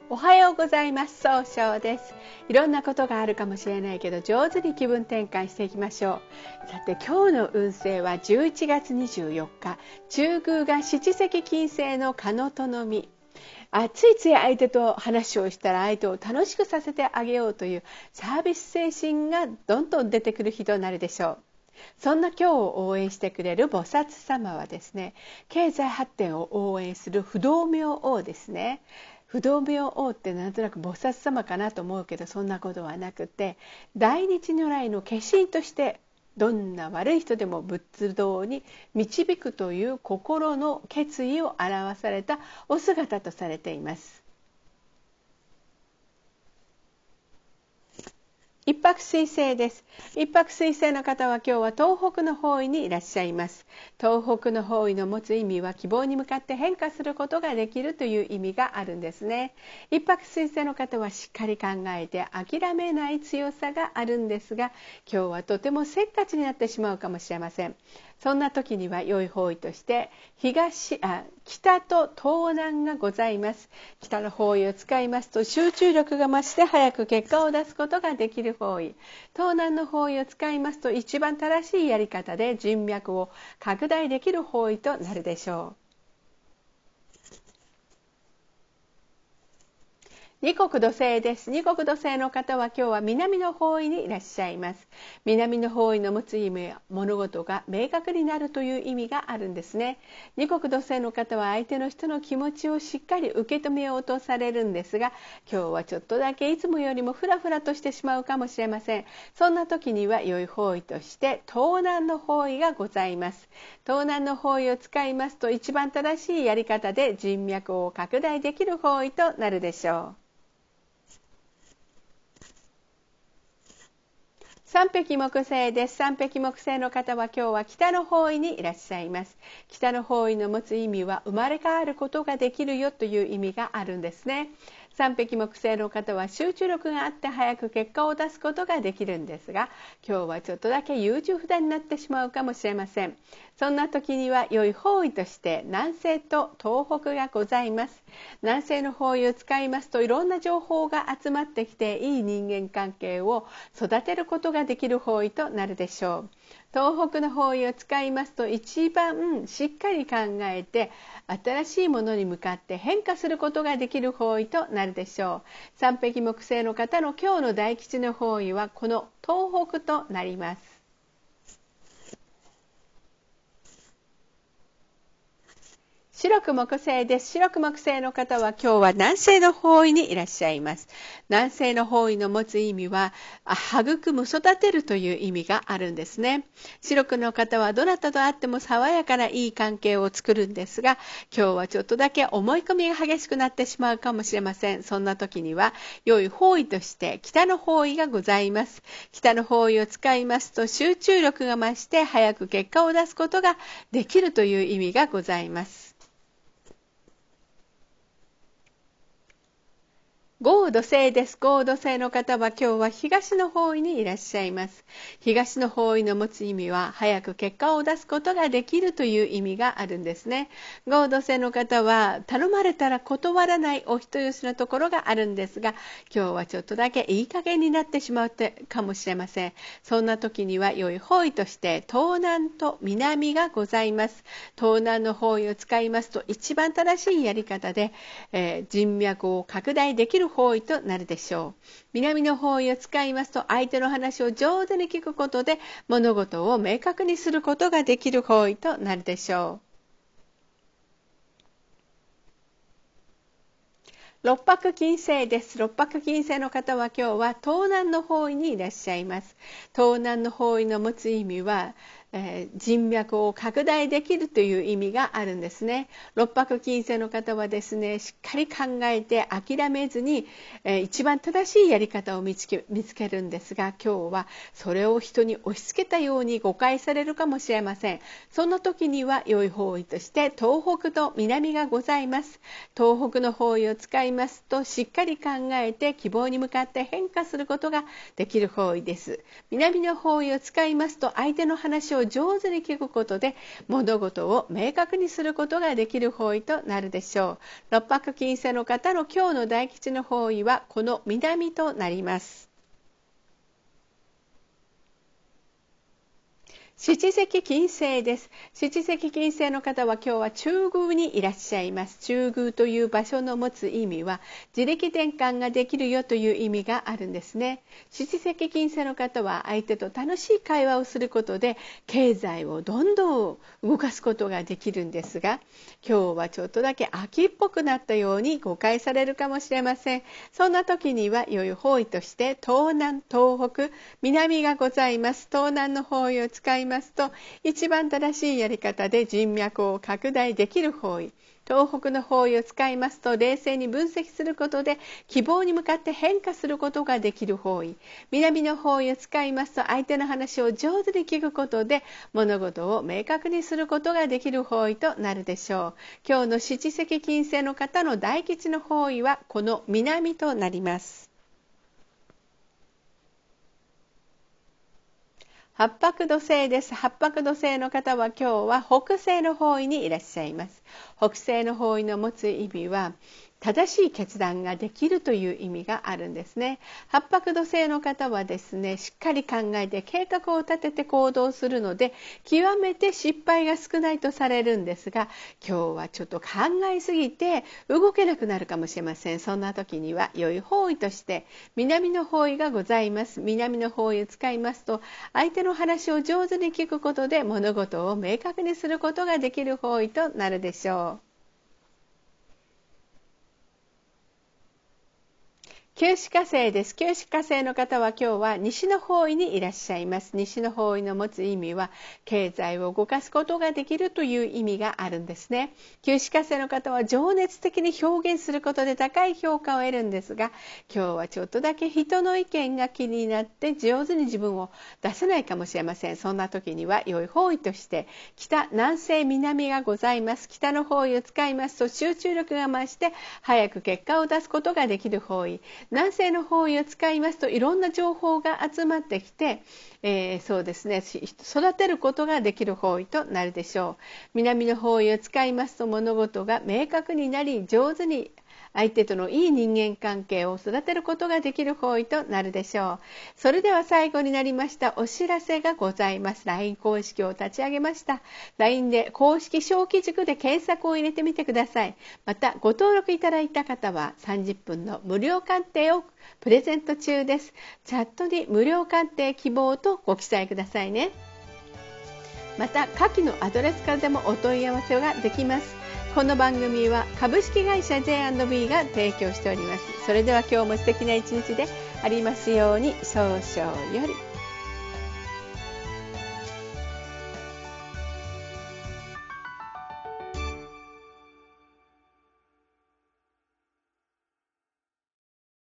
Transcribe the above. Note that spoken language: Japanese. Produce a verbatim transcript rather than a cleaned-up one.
おはようございます。総称です。いろんなことがあるかもしれないけど、上手に気分転換していきましょう。さて、今日の運勢はじゅういちがつにじゅうよっか、中宮が七石金星の庚とのみ。あついつい相手と話をしたら相手を楽しくさせてあげようというサービス精神がどんどん出てくる日となるでしょう。そんな今日を応援してくれる菩薩様はですね、経済発展を応援する不動明王ですね。不動明王ってなんとなく菩薩様かなと思うけど、そんなことはなくて、大日如来の化身としてどんな悪い人でも仏道に導くという心の決意を表されたお姿とされています。一泊水星です。一泊水星の方は今日は東北の方位にいらっしゃいます。東北の方位の持つ意味は希望に向かって変化することができるという意味があるんですね。一泊水星の方はしっかり考えて諦めない強さがあるんですが、今日はとてもせっかちになってしまうかもしれません。そんな時には良い方位として東あ北と東南がございます。北の方位を使いますと集中力が増して早く結果を出すことができる方位。東南の方位を使いますと一番正しいやり方で人脈を拡大できる方位となるでしょう。二国土星です。二国土星の方は今日は南の方位にいらっしゃいます。南の方位の持つ意味は物事が明確になるという意味があるんですね。二国土星の方は相手の人の気持ちをしっかり受け止めようとされるんですが、今日はちょっとだけいつもよりもフラフラとしてしまうかもしれません。そんな時には良い方位として東南の方位がございます。東南の方位を使いますと一番正しいやり方で人脈を拡大できる方位となるでしょう。三匹木星です。三匹木星の方は今日は北の方位にいらっしゃいます。北の方位の持つ意味は生まれ変わることができるよという意味があるんですね。三匹木星の方は集中力があって早く結果を出すことができるんですが、今日はちょっとだけ優柔不断になってしまうかもしれません。そんな時には良い方位として南西と東北がございます。南西の方位を使いますといろんな情報が集まってきていい人間関係を育てることができる方位となるでしょう。東北の方位を使いますと一番しっかり考えて新しいものに向かって変化することができる方位となるでしょう。三匹木星の方の今日の大吉の方位はこの東北となります。白く木星です。白く木星の方は今日は南西の方位にいらっしゃいます。南西の方位の持つ意味は育む育てるという意味があるんですね。白くの方はどなたと会っても爽やかないい関係を作るんですが、今日はちょっとだけ思い込みが激しくなってしまうかもしれません。そんな時には良い方位として北の方位がございます。北の方位を使いますと集中力が増して早く結果を出すことができるという意味がございます。合土星です。合土星の方は今日は東の方位にいらっしゃいます。東の方位の持つ意味は早く結果を出すことができるという意味があるんですね。合土星の方は頼まれたら断らないお人よしのところがあるんですが、今日はちょっとだけいい加減になってしまうかもしれません。そんな時には良い方位として東南と南がございます。東南の方位を使いますと一番正しいやり方で、えー、人脈を拡大できる方位となるでしょう。南の方位を使いますと相手の話を上手に聞くことで物事を明確にすることができる方位となるでしょう。六白金星です。六白金星の方は今日は東南の方位にいらっしゃいます。東南の方位の持つ意味はえー、人脈を拡大できるという意味があるんですね。六白金星の方はですね、しっかり考えて諦めずに、えー、一番正しいやり方を見つけ、見つけるんですが、今日はそれを人に押し付けたように誤解されるかもしれません。そんな時には良い方位として東北と南がございます。東北の方位を使いますとしっかり考えて希望に向かって変化することができる方位です。南の方位を使いますと相手の話をを上手に聞くことで物事を明確にすることができる方位となるでしょう。六白金星の方の今日の大吉の方位はこの南となります。七石金星です。七石金星の方は今日は中宮にいらっしゃいます。中宮という場所の持つ意味は自力転換ができるよという意味があるんですね。七石金星の方は相手と楽しい会話をすることで経済をどんどん動かすことができるんですが、今日はちょっとだけ秋っぽくなったように誤解されるかもしれません。そんな時には良い方位として東南、東北、南がございます。東南の方位を使いますと一番正しいやり方で人脈を拡大できる方位、東北の方位を使いますと冷静に分析することで希望に向かって変化することができる方位、南の方位を使いますと相手の話を上手に聞くことで物事を明確にすることができる方位となるでしょう。今日の七石金星の方の大吉の方位はこの南となります。八白土星です。八白土星の方は今日は北西の方位にいらっしゃいます。北西の方位の持つ意味は正しい決断ができるという意味があるんですね。八白土星の方はですね、しっかり考えて計画を立てて行動するので極めて失敗が少ないとされるんですが、今日はちょっと考えすぎて動けなくなるかもしれません。そんな時には良い方位として南の方位がございます。南の方位を使いますと相手の話を上手に聞くことで物事を明確にすることができる方位となるでしょう。九紫火星です。九紫火星の方は今日は西の方位にいらっしゃいます。西の方位の持つ意味は経済を動かすことができるという意味があるんですね。九紫火星の方は情熱的に表現することで高い評価を得るんですが、今日はちょっとだけ人の意見が気になって上手に自分を出せないかもしれません。そんな時には良い方位として北、南西、南がございます。北の方位を使いますと集中力が増して早く結果を出すことができる方位、南西の方位を使いますといろんな情報が集まってきて、えー、そうですね、育てることができる方位となるでしょう。南の方位を使いますと物事が明確になり上手に相手とのいい人間関係を育てることができる方位となるでしょう。それでは最後になりましたお知らせがございます。 ライン 公式を立ち上げました。 ライン で公式小規塾で検索を入れてみてください。またご登録いただいた方はさんじゅっぷんの無料鑑定をプレゼント中です。チャットに無料鑑定希望とご記載くださいね。また下記のアドレスからでもお問い合わせができます。この番組は株式会社 ジェイアンドビー が提供しております。それでは今日も素敵な一日でありますように。早々より。